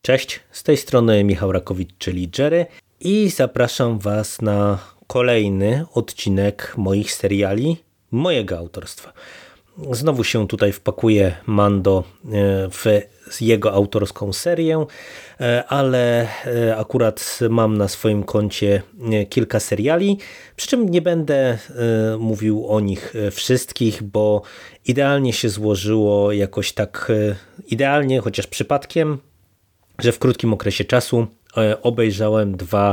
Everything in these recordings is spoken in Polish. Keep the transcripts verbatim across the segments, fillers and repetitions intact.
Cześć, z tej strony Michał Rakowicz, czyli Jerry i zapraszam Was na kolejny odcinek moich seriali mojego autorstwa. Znowu się tutaj wpakuje Mando w jego autorską serię, ale akurat mam na swoim koncie kilka seriali, przy czym nie będę mówił o nich wszystkich, bo idealnie się złożyło jakoś tak idealnie, chociaż przypadkiem, że w krótkim okresie czasu obejrzałem dwa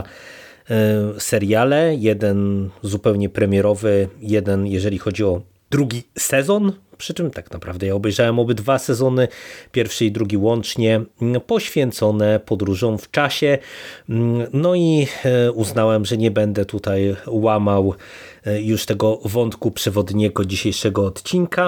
seriale, jeden zupełnie premierowy, jeden jeżeli chodzi o drugi sezon, przy czym tak naprawdę ja obejrzałem obydwa sezony, pierwszy i drugi łącznie, poświęcone podróżom w czasie, no i uznałem, że nie będę tutaj łamał już tego wątku przewodniego dzisiejszego odcinka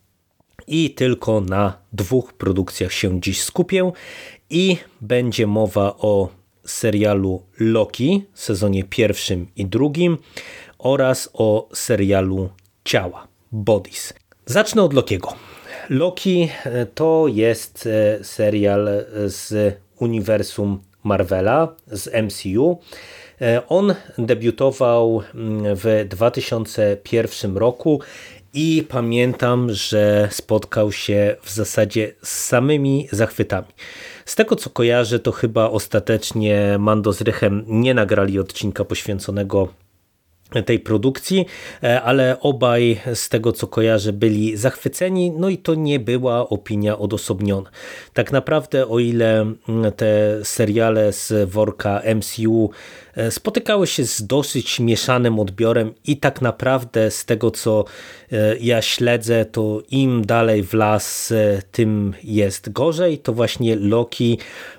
i tylko na dwóch produkcjach się dziś skupię i będzie mowa o serialu Loki w sezonie pierwszym i drugim oraz o serialu Ciała, Bodies. Zacznę od Lokiego. Loki to jest serial z uniwersum Marvela, z M C U. On debiutował w dwa tysiące pierwszym roku i pamiętam, że spotkał się w zasadzie z samymi zachwytami. Z tego co kojarzę, to chyba ostatecznie Mando z Rychem nie nagrali odcinka poświęconego tej produkcji, ale obaj z tego co kojarzę byli zachwyceni, no i to nie była opinia odosobniona. Tak naprawdę o ile te seriale z worka M C U spotykały się z dosyć mieszanym odbiorem i tak naprawdę z tego co ja śledzę, to im dalej w las, tym jest gorzej. To właśnie Loki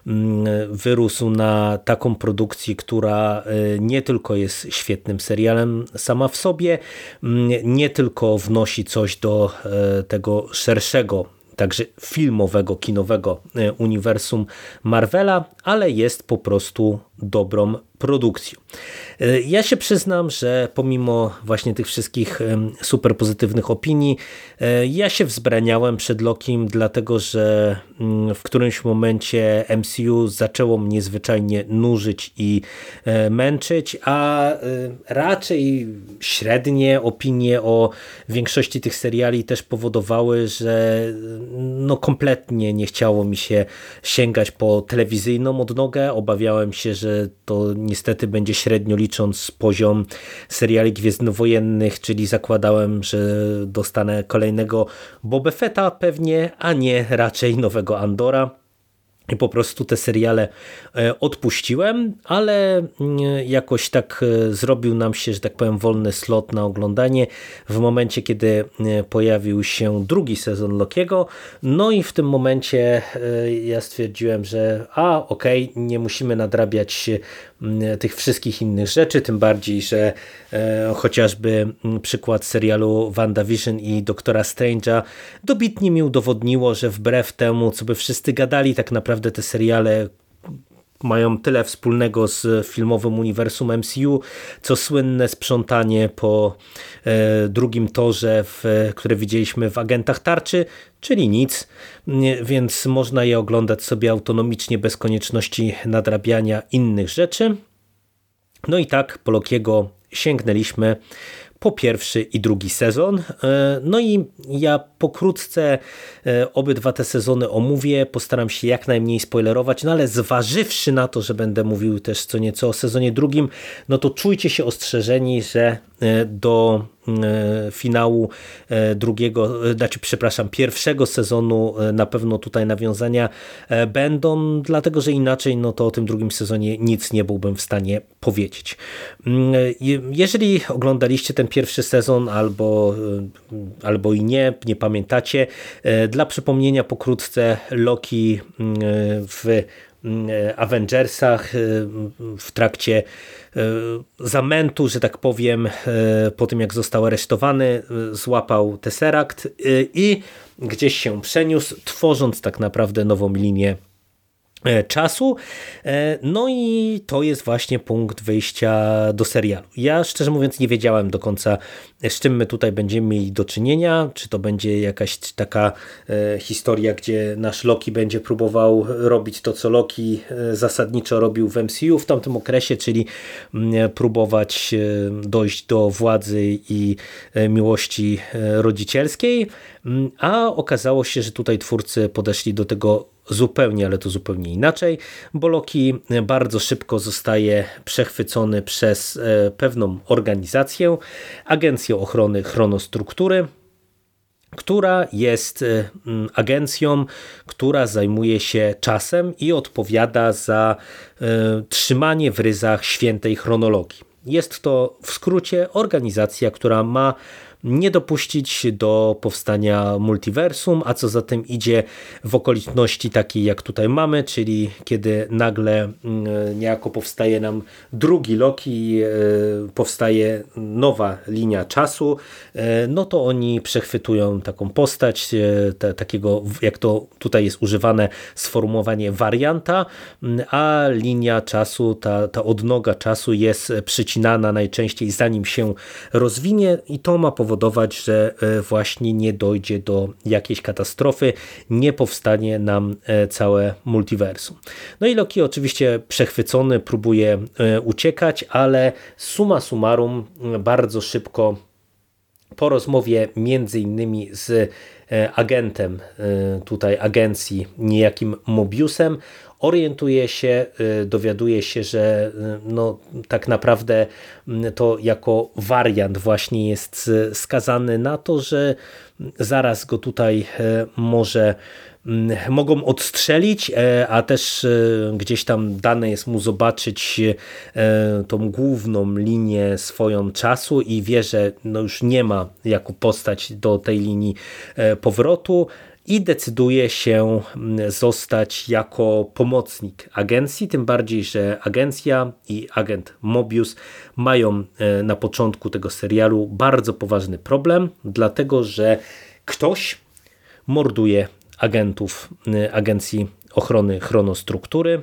wyrósł na taką produkcję, która nie tylko jest świetnym serialem sama w sobie, nie tylko wnosi coś do tego szerszego, także filmowego, kinowego uniwersum Marvela, ale jest po prostu dobrą produkcją. Ja się przyznam, że pomimo właśnie tych wszystkich super pozytywnych opinii, ja się wzbraniałem przed Lokim, dlatego że w którymś momencie M C U zaczęło mnie zwyczajnie nużyć i męczyć, a raczej średnie opinie o większości tych seriali też powodowały, że no kompletnie nie chciało mi się sięgać po telewizyjną odnogę. Obawiałem się, że to niestety będzie średnio licząc poziom seriali gwiezdnowojennych, czyli zakładałem, że dostanę kolejnego Boba Fetta pewnie, a nie raczej nowego Andora. I po prostu te seriale odpuściłem, ale jakoś tak zrobił nam się, że tak powiem, wolny slot na oglądanie w momencie, kiedy pojawił się drugi sezon Lokiego. No i w tym momencie ja stwierdziłem, że a okej, okay, nie musimy nadrabiać tych wszystkich innych rzeczy, tym bardziej, że e, chociażby przykład serialu WandaVision i Doktora Strange'a dobitnie mi udowodniło, że wbrew temu, co by wszyscy gadali, tak naprawdę te seriale mają tyle wspólnego z filmowym uniwersum M C U, co słynne sprzątanie po e, drugim torze, w, które widzieliśmy w Agentach Tarczy, czyli nic, więc można je oglądać sobie autonomicznie, bez konieczności nadrabiania innych rzeczy. No i tak po Lokiego sięgnęliśmy po pierwszy i drugi sezon. No i ja pokrótce obydwa te sezony omówię, postaram się jak najmniej spoilerować, no ale zważywszy na to, że będę mówił też co nieco o sezonie drugim, no to czujcie się ostrzeżeni, że do finału drugiego, znaczy przepraszam, pierwszego sezonu na pewno tutaj nawiązania będą, dlatego że inaczej no to o tym drugim sezonie nic nie byłbym w stanie powiedzieć. Jeżeli oglądaliście ten pierwszy sezon albo, albo i nie, nie pamiętacie, dla przypomnienia pokrótce Loki w Avengersach w trakcie zamętu, że tak powiem, po tym jak został aresztowany, złapał Tesseract i gdzieś się przeniósł, tworząc tak naprawdę nową linię czasu. No i to jest właśnie punkt wyjścia do serialu. Ja szczerze mówiąc nie wiedziałem do końca, z czym my tutaj będziemy mieli do czynienia, czy to będzie jakaś taka historia, gdzie nasz Loki będzie próbował robić to, co Loki zasadniczo robił w M C U w tamtym okresie, czyli próbować dojść do władzy i miłości rodzicielskiej, a okazało się, że tutaj twórcy podeszli do tego zupełnie, ale to zupełnie inaczej, bo Loki bardzo szybko zostaje przechwycony przez pewną organizację, Agencję Ochrony Chronostruktury, która jest agencją, która zajmuje się czasem i odpowiada za trzymanie w ryzach świętej chronologii. Jest to w skrócie organizacja, która ma nie dopuścić do powstania multiversum, a co za tym idzie w okoliczności takiej jak tutaj mamy, czyli kiedy nagle niejako powstaje nam drugi Loki, powstaje nowa linia czasu, no to oni przechwytują taką postać, te, takiego, jak to tutaj jest używane sformułowanie warianta, a linia czasu, ta, ta odnoga czasu jest przycinana najczęściej zanim się rozwinie i to ma powodować, że właśnie nie dojdzie do jakiejś katastrofy, nie powstanie nam całe multiversum. No i Loki oczywiście przechwycony próbuje uciekać, ale summa summarum bardzo szybko po rozmowie między innymi z agentem tutaj agencji, niejakim Mobiusem, orientuje się, dowiaduje się, że no, tak naprawdę to jako wariant właśnie jest skazany na to, że zaraz go tutaj może mogą odstrzelić, a też gdzieś tam dane jest mu zobaczyć tą główną linię swoją czasu i wie, że no już nie ma jako postać do tej linii powrotu i decyduje się zostać jako pomocnik agencji, tym bardziej, że agencja i agent Mobius mają na początku tego serialu bardzo poważny problem, dlatego że ktoś morduje agentów Agencji Ochrony Chronostruktury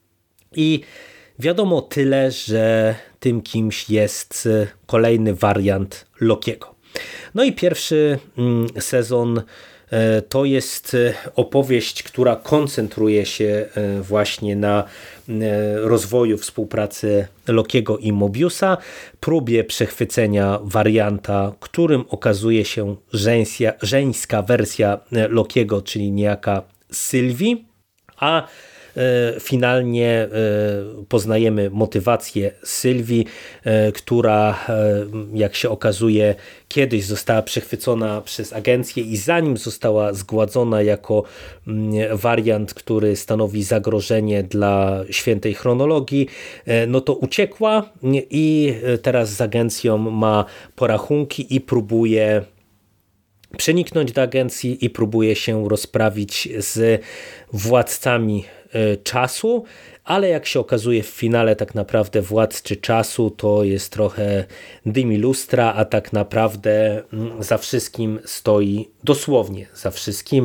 i wiadomo tyle, że tym kimś jest kolejny wariant Lokiego. No i pierwszy sezon to jest opowieść, która koncentruje się właśnie na rozwoju współpracy Lokiego i Mobiusa, próbie przechwycenia warianta, którym okazuje się żeńsia, żeńska wersja Lokiego, czyli niejaka Sylwii, a finalnie poznajemy motywację Sylwii, która jak się okazuje kiedyś została przechwycona przez agencję i zanim została zgładzona jako wariant, który stanowi zagrożenie dla świętej chronologii, no to uciekła i teraz z agencją ma porachunki i próbuje przeniknąć do agencji i próbuje się rozprawić z władcami czasu, ale jak się okazuje w finale tak naprawdę władcy czasu to jest trochę dym i lustra, a tak naprawdę za wszystkim stoi, dosłownie za wszystkim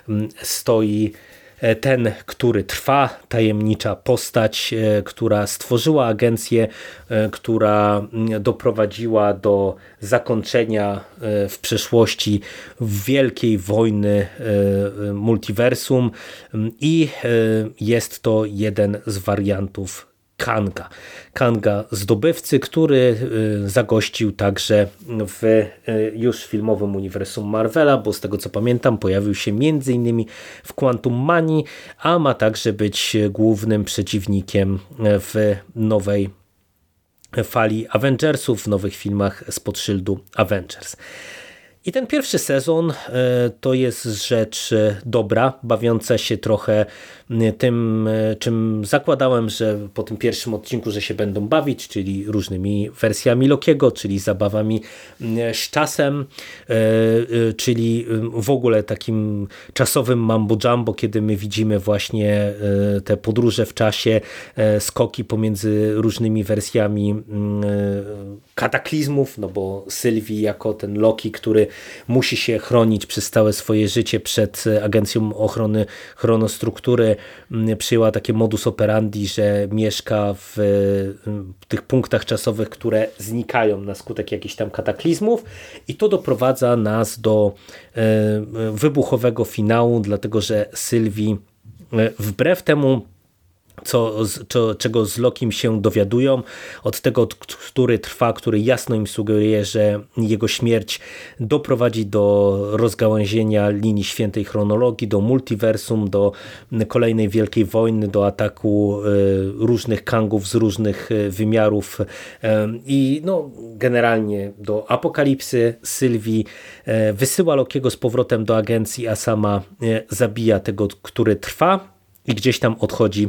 stoi ten, który trwa, tajemnicza postać, która stworzyła agencję, która doprowadziła do zakończenia w przeszłości wielkiej wojny multiversum i jest to jeden z wariantów Kanga. Kanga zdobywcy, który zagościł także w już filmowym uniwersum Marvela, bo z tego co pamiętam pojawił się między innymi w Quantum Manii, a ma także być głównym przeciwnikiem w nowej fali Avengersów, w nowych filmach spod szyldu Avengers. I ten pierwszy sezon to jest rzecz dobra, bawiąca się trochę tym, czym zakładałem, że po tym pierwszym odcinku, że się będą bawić, czyli różnymi wersjami Lokiego, czyli zabawami z czasem, czyli w ogóle takim czasowym mambo jumbo, kiedy my widzimy właśnie te podróże w czasie, skoki pomiędzy różnymi wersjami kataklizmów, no bo Sylwii jako ten Loki, który musi się chronić przez całe swoje życie przed Agencją Ochrony Chronostruktury, przyjęła takie modus operandi, że mieszka w tych punktach czasowych, które znikają na skutek jakichś tam kataklizmów i to doprowadza nas do wybuchowego finału, dlatego że Sylwii wbrew temu, Co, co, czego z Lokim się dowiadują, od tego, który trwa, który jasno im sugeruje, że jego śmierć doprowadzi do rozgałęzienia linii świętej chronologii, do multiversum, do kolejnej wielkiej wojny, do ataku różnych kangów z różnych wymiarów i no, generalnie do apokalipsy. Sylwii wysyła Lokiego z powrotem do agencji, a sama zabija tego, który trwa i gdzieś tam odchodzi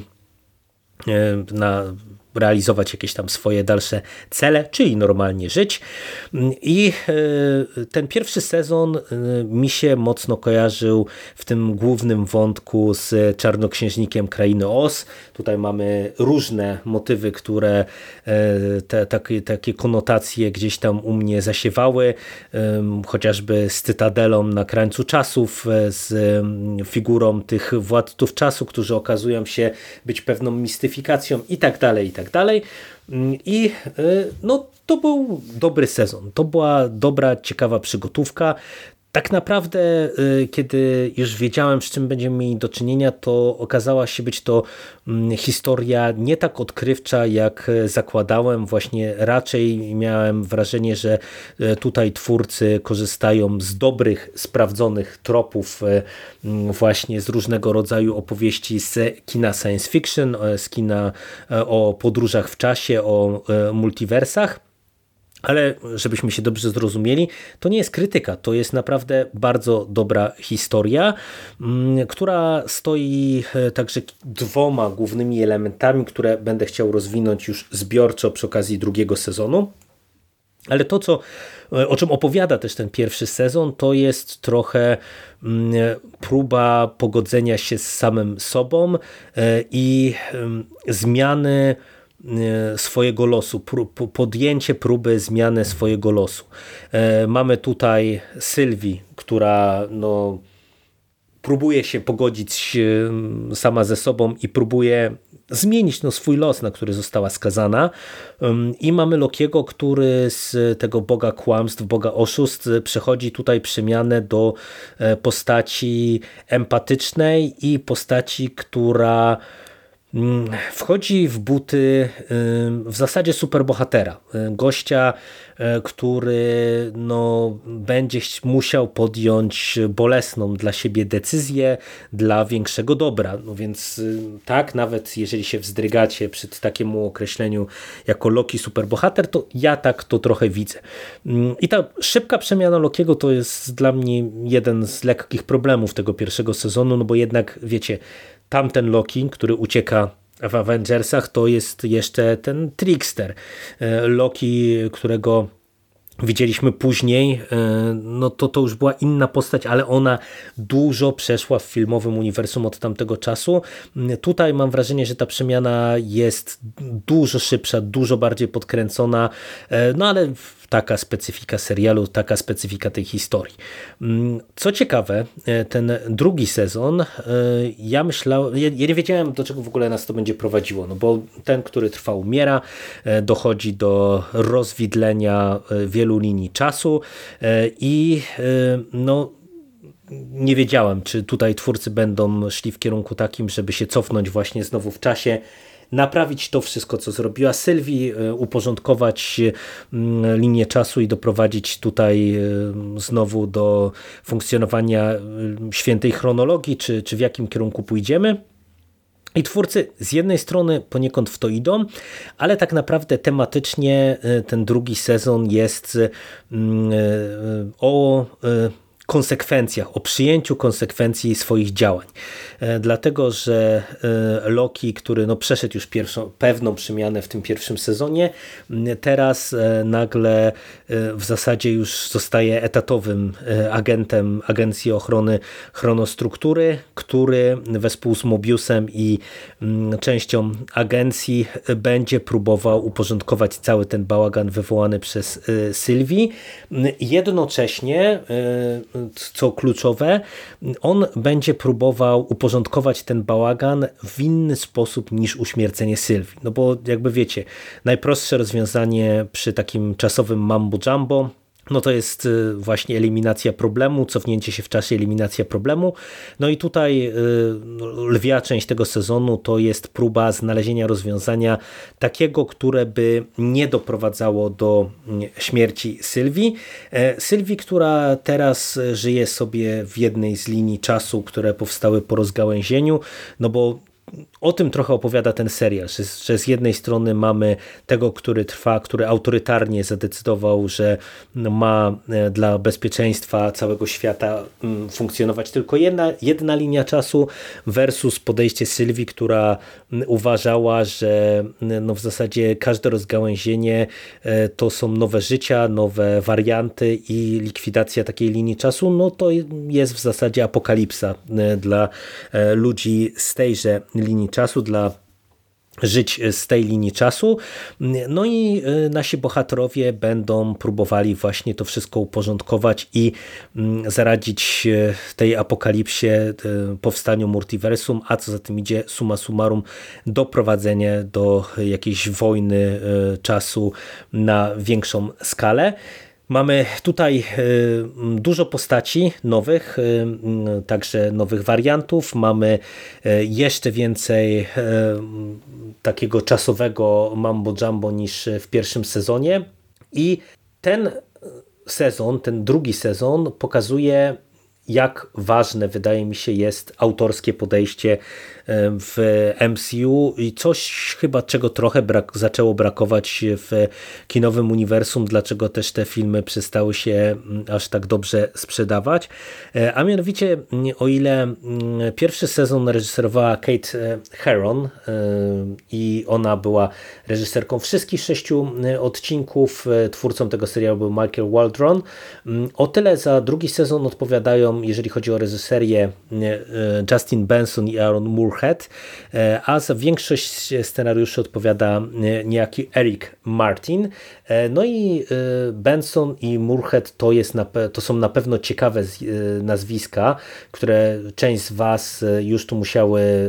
na realizować jakieś tam swoje dalsze cele, czyli normalnie żyć. I ten pierwszy sezon mi się mocno kojarzył w tym głównym wątku z Czarnoksiężnikiem Krainy Oz. Tutaj mamy różne motywy, które te, takie, takie konotacje gdzieś tam u mnie zasiewały, chociażby z Cytadelą na krańcu czasów, z figurą tych władców czasu, którzy okazują się być pewną mistyfikacją i tak dalej, i tak dalej. I no, to był dobry sezon. To była dobra, ciekawa przygotówka. Tak naprawdę, kiedy już wiedziałem, z czym będziemy mieli do czynienia, to okazała się być to historia nie tak odkrywcza, jak zakładałem. Właśnie raczej miałem wrażenie, że tutaj twórcy korzystają z dobrych, sprawdzonych tropów właśnie z różnego rodzaju opowieści z kina science fiction, z kina o podróżach w czasie, o multiversach. Ale żebyśmy się dobrze zrozumieli, to nie jest krytyka, to jest naprawdę bardzo dobra historia, która stoi także dwoma głównymi elementami, które będę chciał rozwinąć już zbiorczo przy okazji drugiego sezonu. Ale to, co, o czym opowiada też ten pierwszy sezon, to jest trochę próba pogodzenia się z samym sobą i zmiany swojego losu, podjęcie próby zmiany swojego losu. Mamy tutaj Sylwii, która no, próbuje się pogodzić sama ze sobą i próbuje zmienić no, swój los, na który została skazana. I mamy Lokiego, który z tego boga kłamstw, boga oszustw przechodzi tutaj przemianę do postaci empatycznej i postaci, która wchodzi w buty w zasadzie superbohatera. Gościa, który no, będzie musiał podjąć bolesną dla siebie decyzję dla większego dobra. No więc tak, nawet jeżeli się wzdrygacie przed takiemu określeniu jako Loki superbohater, to ja tak to trochę widzę. I ta szybka przemiana Lokiego to jest dla mnie jeden z lekkich problemów tego pierwszego sezonu, no bo jednak wiecie, tamten Loki, który ucieka w Avengersach, to jest jeszcze ten trickster. Loki, którego widzieliśmy później, no to to już była inna postać, ale ona dużo przeszła w filmowym uniwersum od tamtego czasu. Tutaj mam wrażenie, że ta przemiana jest dużo szybsza, dużo bardziej podkręcona, no ale taka specyfika serialu, taka specyfika tej historii. Co ciekawe, ten drugi sezon, ja myślałem, ja nie wiedziałem, do czego w ogóle nas to będzie prowadziło, no bo ten, który trwa, umiera, dochodzi do rozwidlenia wielu linii czasu i no nie wiedziałem, czy tutaj twórcy będą szli w kierunku takim, żeby się cofnąć właśnie znowu w czasie, naprawić to wszystko, co zrobiła Sylwii, uporządkować linię czasu i doprowadzić tutaj znowu do funkcjonowania świętej chronologii, czy, czy w jakim kierunku pójdziemy. I twórcy z jednej strony poniekąd w to idą, ale tak naprawdę tematycznie ten drugi sezon jest o konsekwencjach, o przyjęciu konsekwencji swoich działań. Dlatego, że Loki, który no przeszedł już pierwszą, pewną przemianę w tym pierwszym sezonie, teraz nagle w zasadzie już zostaje etatowym agentem Agencji Ochrony Chronostruktury, który wespół z Mobiusem i częścią agencji będzie próbował uporządkować cały ten bałagan wywołany przez Sylwii. Jednocześnie, co kluczowe, on będzie próbował uporządkować ten bałagan w inny sposób niż uśmiercenie Sylwii. No bo jakby wiecie, najprostsze rozwiązanie przy takim czasowym mambo jumbo no to jest właśnie eliminacja problemu, cofnięcie się w czasie, eliminacja problemu. No i tutaj lwia część tego sezonu to jest próba znalezienia rozwiązania takiego, które by nie doprowadzało do śmierci Sylwii. Sylwii, która teraz żyje sobie w jednej z linii czasu, które powstały po rozgałęzieniu, no bo o tym trochę opowiada ten serial, że, że z jednej strony mamy tego, który trwa, który autorytarnie zadecydował, że ma dla bezpieczeństwa całego świata funkcjonować tylko jedna, jedna linia czasu versus podejście Sylwii, która uważała, że no w zasadzie każde rozgałęzienie to są nowe życia, nowe warianty i likwidacja takiej linii czasu, no to jest w zasadzie apokalipsa dla ludzi z tejże linii czasu, dla żyć z tej linii czasu. No i nasi bohaterowie będą próbowali właśnie to wszystko uporządkować i zaradzić tej apokalipsie, powstaniu multiversum, a co za tym idzie, summa summarum, doprowadzenie do jakiejś wojny czasu na większą skalę. Mamy tutaj dużo postaci nowych, także nowych wariantów. Mamy jeszcze więcej takiego czasowego mambo jumbo niż w pierwszym sezonie. I ten sezon, ten drugi sezon pokazuje, jak ważne wydaje mi się jest autorskie podejście w M C U i coś chyba czego trochę brak, zaczęło brakować w kinowym uniwersum, dlaczego też te filmy przestały się aż tak dobrze sprzedawać. A mianowicie, o ile pierwszy sezon reżyserowała Kate Herron i ona była reżyserką wszystkich sześciu odcinków, twórcą tego serialu był Michael Waldron, o tyle za drugi sezon odpowiadają, jeżeli chodzi o reżyserię, Justin Benson i Aaron Moorhead, a za większość scenariuszy odpowiada niejaki Eric Martin. No i Benson i Moorhead to, jest na, to są na pewno ciekawe nazwiska, które część z Was już tu musiały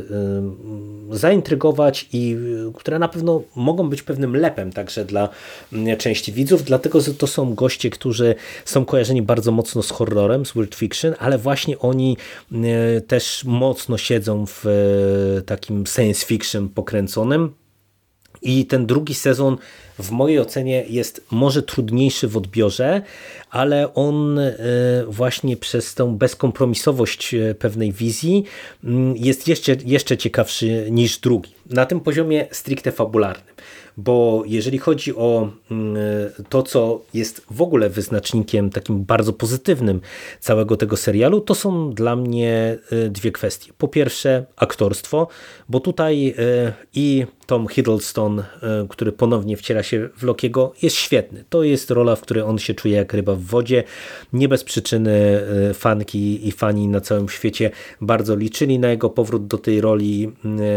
zaintrygować i które na pewno mogą być pewnym lepem także dla części widzów, dlatego że to są goście, którzy są kojarzeni bardzo mocno z horrorem, z weird fiction, ale właśnie oni też mocno siedzą w takim science fiction pokręconym. I ten drugi sezon w mojej ocenie jest może trudniejszy w odbiorze, ale on właśnie przez tą bezkompromisowość pewnej wizji jest jeszcze, jeszcze ciekawszy niż drugi. Na tym poziomie stricte fabularnym. Bo jeżeli chodzi o to, co jest w ogóle wyznacznikiem takim bardzo pozytywnym całego tego serialu, to są dla mnie dwie kwestie. Po pierwsze aktorstwo, bo tutaj i Tom Hiddleston, który ponownie wciela się w Lokiego, jest świetny. To jest rola, w której on się czuje jak ryba w wodzie. Nie bez przyczyny fanki i fani na całym świecie bardzo liczyli na jego powrót do tej roli,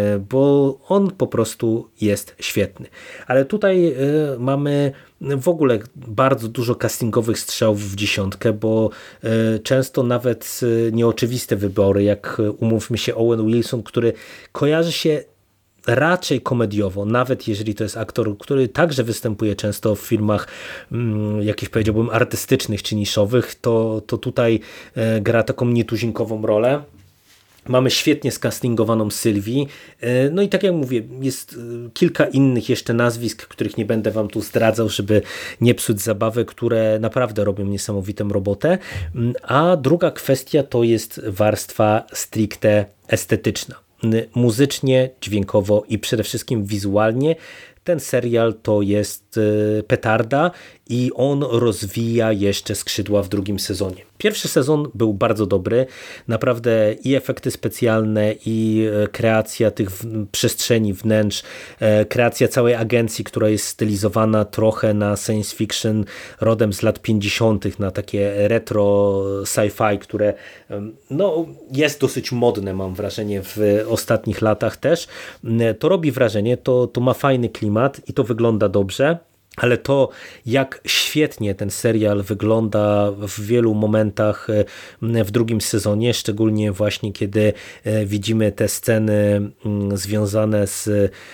bo on po prostu jest świetny. Ale tutaj mamy w ogóle bardzo dużo castingowych strzałów w dziesiątkę, bo często nawet nieoczywiste wybory, jak umówmy się Owen Wilson, który kojarzy się raczej komediowo, nawet jeżeli to jest aktor, który także występuje często w filmach jakichś, powiedziałbym, artystycznych czy niszowych, to, to tutaj gra taką nietuzinkową rolę. Mamy świetnie skastingowaną Sylwii. No i tak jak mówię, jest kilka innych jeszcze nazwisk, których nie będę wam tu zdradzał, żeby nie psuć zabawy, które naprawdę robią niesamowitą robotę. A druga kwestia to jest warstwa stricte estetyczna. Muzycznie, dźwiękowo i przede wszystkim wizualnie ten serial to jest petarda i on rozwija jeszcze skrzydła w drugim sezonie. Pierwszy sezon był bardzo dobry, naprawdę i efekty specjalne, i kreacja tych przestrzeni, wnętrz, kreacja całej agencji, która jest stylizowana trochę na science fiction rodem z lat pięćdziesiątych, na takie retro sci-fi, które no, jest dosyć modne, mam wrażenie, w ostatnich latach też. To robi wrażenie, to, to ma fajny klimat i to wygląda dobrze. Ale to, jak świetnie ten serial wygląda w wielu momentach w drugim sezonie, szczególnie właśnie kiedy widzimy te sceny związane z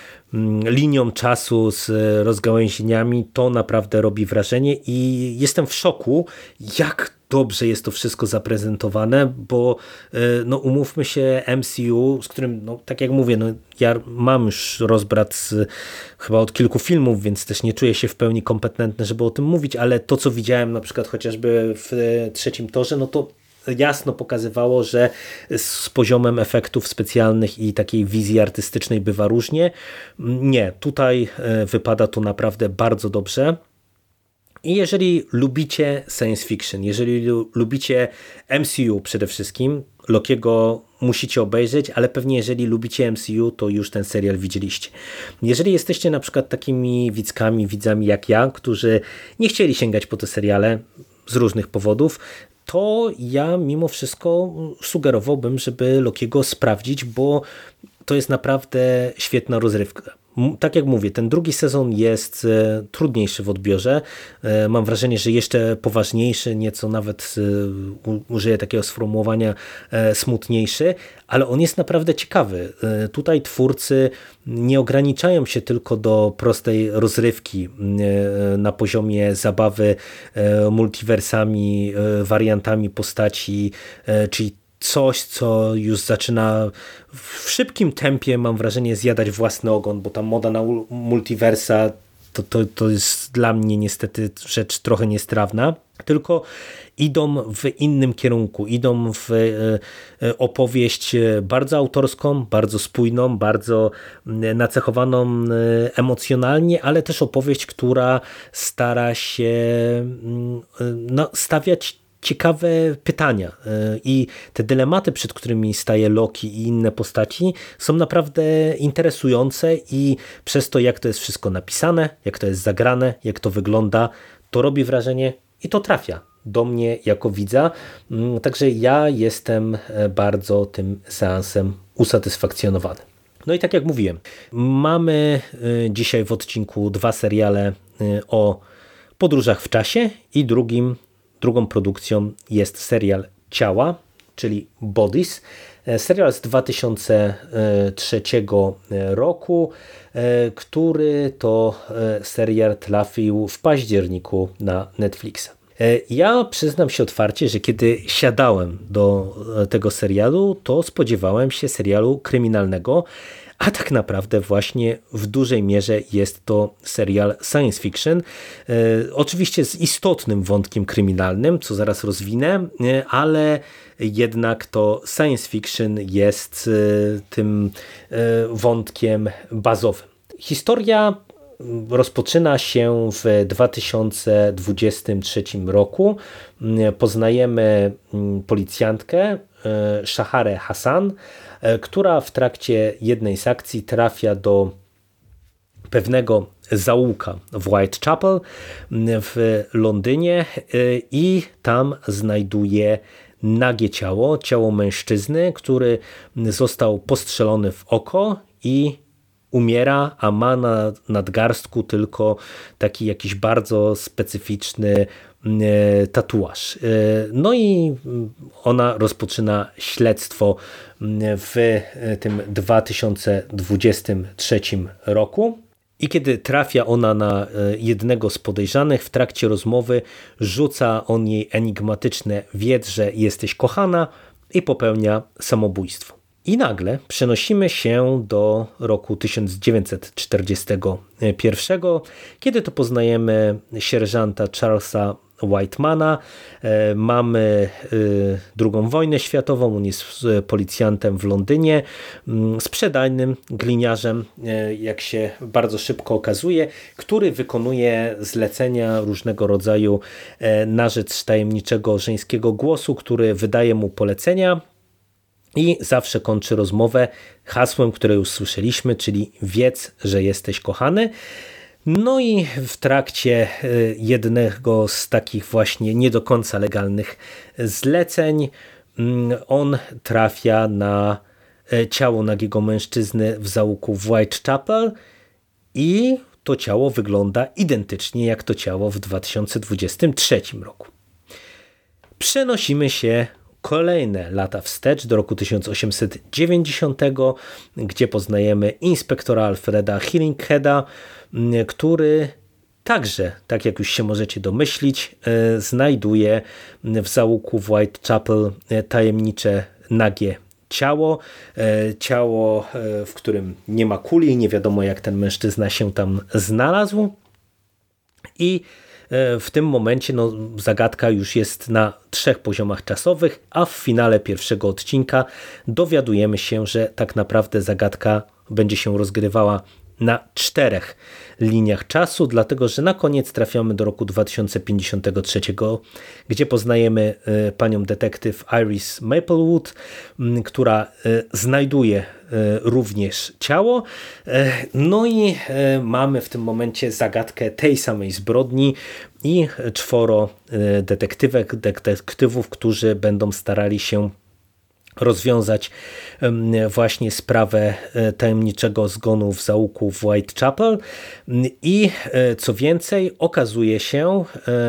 linią czasu, z rozgałęzieniami, to naprawdę robi wrażenie i jestem w szoku, jak dobrze jest to wszystko zaprezentowane, bo no umówmy się, M C U, z którym, no, tak jak mówię, no, ja mam już rozbrat z, chyba od kilku filmów, więc też nie czuję się w pełni kompetentny, żeby o tym mówić, ale to, co widziałem na przykład chociażby w Trzecim Torze, no to jasno pokazywało, że z poziomem efektów specjalnych i takiej wizji artystycznej bywa różnie. Nie, tutaj wypada to naprawdę bardzo dobrze. I jeżeli lubicie science fiction, jeżeli lubicie M C U przede wszystkim, Lokiego musicie obejrzeć, ale pewnie jeżeli lubicie M C U, to już ten serial widzieliście. Jeżeli jesteście na przykład takimi widzkami, widzami jak ja, którzy nie chcieli sięgać po te seriale z różnych powodów, to ja mimo wszystko sugerowałbym, żeby Lokiego sprawdzić, bo to jest naprawdę świetna rozrywka. Tak jak mówię, ten drugi sezon jest trudniejszy w odbiorze. Mam wrażenie, że jeszcze poważniejszy, nieco nawet użyję takiego sformułowania smutniejszy, ale on jest naprawdę ciekawy. Tutaj twórcy nie ograniczają się tylko do prostej rozrywki na poziomie zabawy multiversami, wariantami postaci, czyli coś, co już zaczyna w szybkim tempie, mam wrażenie, zjadać własny ogon, bo ta moda na multiversa to, to, to jest dla mnie niestety rzecz trochę niestrawna, tylko idą w innym kierunku, idą w opowieść bardzo autorską, bardzo spójną, bardzo nacechowaną emocjonalnie, ale też opowieść, która stara się no, stawiać ciekawe pytania i te dylematy, przed którymi staje Loki i inne postaci, są naprawdę interesujące i przez to, jak to jest wszystko napisane, jak to jest zagrane, jak to wygląda, to robi wrażenie i to trafia do mnie jako widza. Także ja jestem bardzo tym seansem usatysfakcjonowany. No i tak jak mówiłem, mamy dzisiaj w odcinku dwa seriale o podróżach w czasie i drugim Drugą produkcją jest serial Ciała, czyli Bodies. Serial z dwa tysiące trzeciego roku, który to serial trafił w październiku na Netflixa. Ja przyznam się otwarcie, że kiedy siadałem do tego serialu, to spodziewałem się serialu kryminalnego, a tak naprawdę właśnie w dużej mierze jest to serial science fiction. E, oczywiście z istotnym wątkiem kryminalnym, co zaraz rozwinę, e, ale jednak to science fiction jest e, tym e, wątkiem bazowym. Historia rozpoczyna się w dwa tysiące dwudziestym trzecim roku. Poznajemy policjantkę Shaharę Hassan, która w trakcie jednej z akcji trafia do pewnego zaułka w Whitechapel w Londynie i tam znajduje nagie ciało, ciało mężczyzny, który został postrzelony w oko i umiera, a ma na nadgarstku tylko taki jakiś bardzo specyficzny tatuaż. No i ona rozpoczyna śledztwo w tym dwa tysiące dwudziestym trzecim roku. I kiedy trafia ona na jednego z podejrzanych, w trakcie rozmowy rzuca on jej enigmatyczne: wiedz, że jesteś kochana, i popełnia samobójstwo. I nagle przenosimy się do roku tysiąc dziewięćset czterdziestego pierwszego, kiedy to poznajemy sierżanta Charlesa Whitemana. Mamy drugą wojnę światową, on jest policjantem w Londynie, sprzedajnym gliniarzem, jak się bardzo szybko okazuje, który wykonuje zlecenia różnego rodzaju na rzecz tajemniczego żeńskiego głosu, który wydaje mu polecenia i zawsze kończy rozmowę hasłem, które już słyszeliśmy, czyli wiedz, że jesteś kochany. No i w trakcie jednego z takich właśnie nie do końca legalnych zleceń on trafia na ciało nagiego mężczyzny w zaułku w Whitechapel i to ciało wygląda identycznie jak to ciało w dwa tysiące dwudziestym trzecim roku. Przenosimy się kolejne lata wstecz do roku tysiąc osiemset dziewięćdziesiątego, gdzie poznajemy inspektora Alfreda Hillingheada, który także, tak jak już się możecie domyślić, znajduje w zaułku w Whitechapel tajemnicze nagie ciało. Ciało, w którym nie ma kuli, nie wiadomo jak ten mężczyzna się tam znalazł. I w tym momencie no, zagadka już jest na trzech poziomach czasowych, a w finale pierwszego odcinka dowiadujemy się, że tak naprawdę zagadka będzie się rozgrywała na czterech liniach czasu, dlatego że na koniec trafiamy do roku dwa tysiące pięćdziesiątego trzeciego, gdzie poznajemy panią detektyw Iris Maplewood, która znajduje również ciało. No i mamy w tym momencie zagadkę tej samej zbrodni i czworo detektywek, detektywów, którzy będą starali się rozwiązać właśnie sprawę tajemniczego zgonu w zaułku w Whitechapel i co więcej okazuje się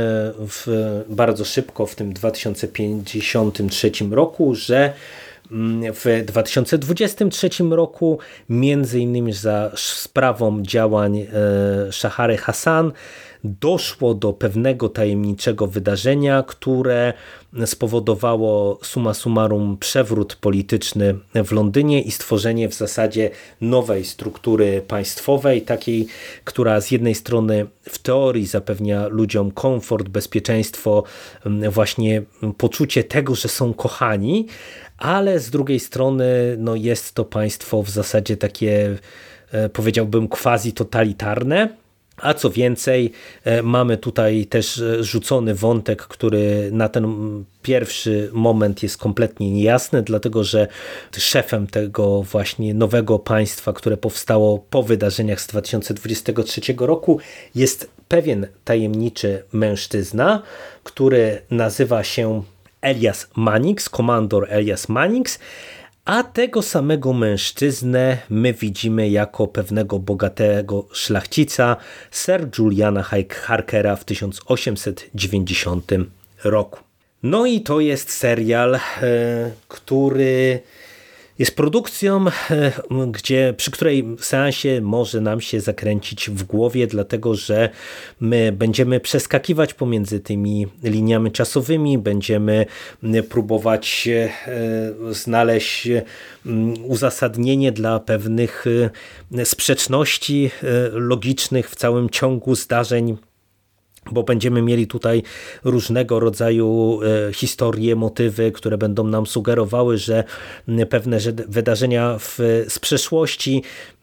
w, bardzo szybko w tym dwa tysiące pięćdziesiątym trzecim roku, że w dwa tysiące dwudziestym trzecim roku między innymi za sprawą działań Shahary Hassan doszło do pewnego tajemniczego wydarzenia, które spowodowało summa summarum przewrót polityczny w Londynie i stworzenie w zasadzie nowej struktury państwowej, takiej, która z jednej strony w teorii zapewnia ludziom komfort, bezpieczeństwo, właśnie poczucie tego, że są kochani, ale z drugiej strony no jest to państwo w zasadzie takie, powiedziałbym, quasi totalitarne. A co więcej, mamy tutaj też rzucony wątek, który na ten pierwszy moment jest kompletnie niejasny, dlatego że szefem tego właśnie nowego państwa, które powstało po wydarzeniach z dwa tysiące dwudziestego trzeciego roku, jest pewien tajemniczy mężczyzna, który nazywa się Elias Mannix, komandor Elias Mannix, a tego samego mężczyznę my widzimy jako pewnego bogatego szlachcica Sir Juliana Harkera w tysiąc osiemset dziewięćdziesiątym roku. No i to jest serial, który jest produkcją, gdzie, przy której seansie może nam się zakręcić w głowie, dlatego że my będziemy przeskakiwać pomiędzy tymi liniami czasowymi, będziemy próbować znaleźć uzasadnienie dla pewnych sprzeczności logicznych w całym ciągu zdarzeń, bo będziemy mieli tutaj różnego rodzaju historie, motywy, które będą nam sugerowały, że pewne wydarzenia w, z przeszłości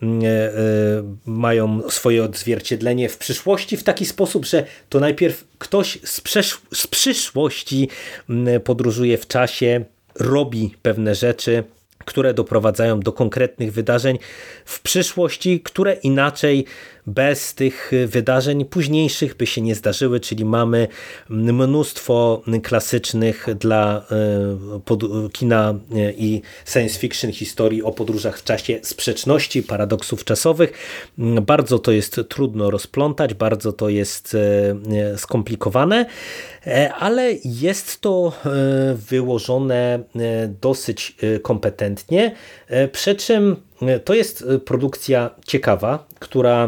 mają swoje odzwierciedlenie w przyszłości w taki sposób, że to najpierw ktoś z, przesz- z przyszłości podróżuje w czasie, robi pewne rzeczy, które doprowadzają do konkretnych wydarzeń w przyszłości, które inaczej bez tych wydarzeń późniejszych by się nie zdarzyły, czyli mamy mnóstwo klasycznych dla kina i science fiction historii o podróżach w czasie sprzeczności, paradoksów czasowych. Bardzo to jest trudno rozplątać, bardzo to jest skomplikowane, ale jest to wyłożone dosyć kompetentnie, przy czym to jest produkcja ciekawa, która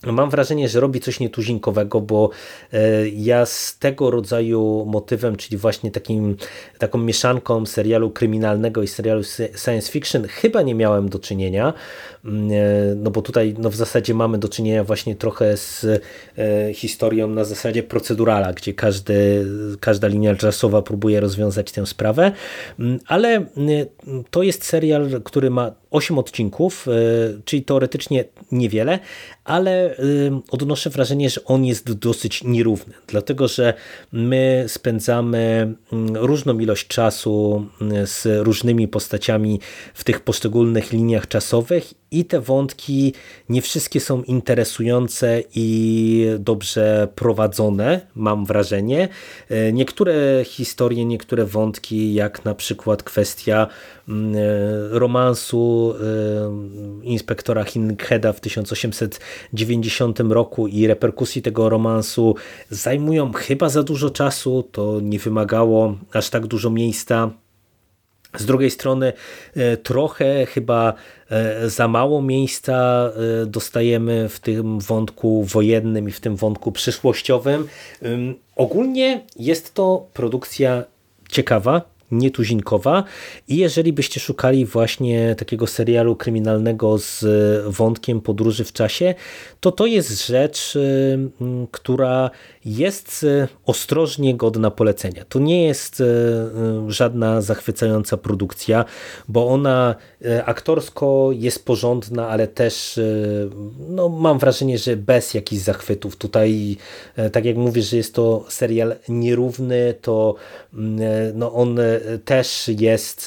mam wrażenie, że robi coś nietuzinkowego, bo ja z tego rodzaju motywem, czyli właśnie takim, taką mieszanką serialu kryminalnego i serialu science fiction chyba nie miałem do czynienia, no bo tutaj no w zasadzie mamy do czynienia właśnie trochę z historią na zasadzie procedurala, gdzie każdy, każda linia czasowa próbuje rozwiązać tę sprawę, ale to jest serial, który ma osiem odcinków, czyli teoretycznie niewiele, ale odnoszę wrażenie, że on jest dosyć nierówny, dlatego że my spędzamy różną ilość czasu z różnymi postaciami w tych poszczególnych liniach czasowych i te wątki nie wszystkie są interesujące i dobrze prowadzone, mam wrażenie. Niektóre historie, niektóre wątki, jak na przykład kwestia romansu inspektora Hinheada w tysiąc osiemset dziewięćdziesiątym roku i reperkusji tego romansu zajmują chyba za dużo czasu, to nie wymagało aż tak dużo miejsca. Z drugiej strony trochę chyba za mało miejsca dostajemy w tym wątku wojennym i w tym wątku przyszłościowym. Ogólnie jest to produkcja ciekawa, nietuzinkowa i jeżeli byście szukali właśnie takiego serialu kryminalnego z wątkiem podróży w czasie, to to jest rzecz, która jest ostrożnie godna polecenia. To nie jest żadna zachwycająca produkcja, bo ona aktorsko jest porządna, ale też no, mam wrażenie, że bez jakichś zachwytów. Tutaj, tak jak mówię, że jest to serial nierówny, to no, on też jest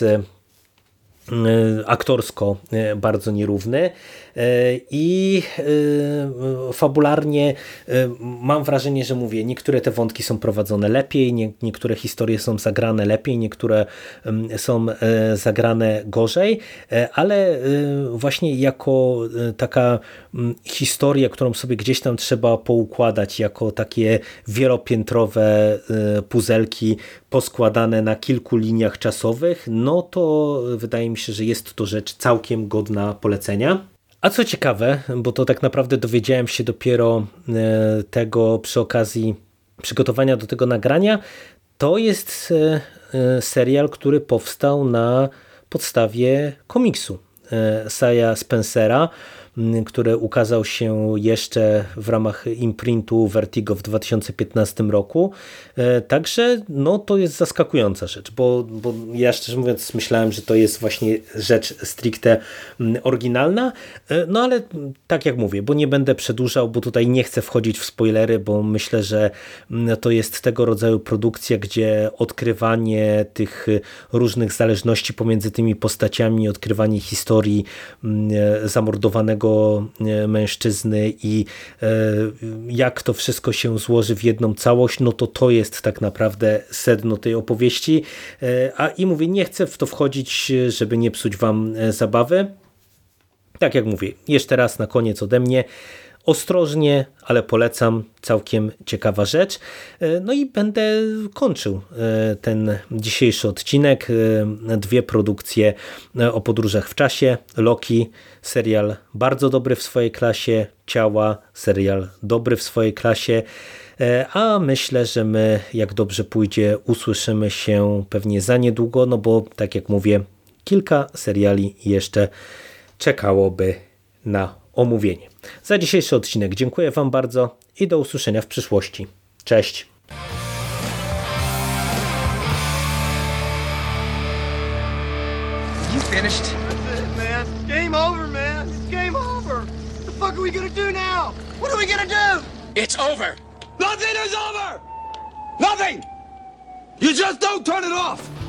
aktorsko bardzo nierówny i fabularnie mam wrażenie, że mówię, niektóre te wątki są prowadzone lepiej, nie, niektóre historie są zagrane lepiej, niektóre są zagrane gorzej, ale właśnie jako taka historia, którą sobie gdzieś tam trzeba poukładać, jako takie wielopiętrowe puzelki poskładane na kilku liniach czasowych, no to wydaje mi się, że jest to rzecz całkiem godna polecenia. A co ciekawe, bo to tak naprawdę dowiedziałem się dopiero tego przy okazji przygotowania do tego nagrania, to jest serial, który powstał na podstawie komiksu Saya Spencera, który ukazał się jeszcze w ramach imprintu Vertigo w dwa tysiące piętnastym roku. Także no, to jest zaskakująca rzecz, bo, bo ja szczerze mówiąc myślałem, że to jest właśnie rzecz stricte oryginalna, no ale tak jak mówię, bo nie będę przedłużał, bo tutaj nie chcę wchodzić w spoilery, bo myślę, że to jest tego rodzaju produkcja, gdzie odkrywanie tych różnych zależności pomiędzy tymi postaciami, odkrywanie historii zamordowanego mężczyzny i jak to wszystko się złoży w jedną całość, no to to jest tak naprawdę sedno tej opowieści. A i mówię, nie chcę w to wchodzić, żeby nie psuć wam zabawy. Tak jak mówię, jeszcze raz na koniec ode mnie. Ostrożnie, ale polecam, całkiem ciekawa rzecz. No i będę kończył ten dzisiejszy odcinek. Dwie produkcje o podróżach w czasie. Loki, serial bardzo dobry w swojej klasie. Ciała, serial dobry w swojej klasie. A myślę, że my, jak dobrze pójdzie, usłyszymy się pewnie za niedługo, no bo tak jak mówię, kilka seriali jeszcze czekałoby na omówienie. Za dzisiejszy odcinek dziękuję wam bardzo i do usłyszenia w przyszłości. Cześć! You finished? That's it, man. Game over, man. It's game over. What the fuck are we gonna do now? What are we gonna do? It's over. Nothing is over! Nothing! You just don't turn it off!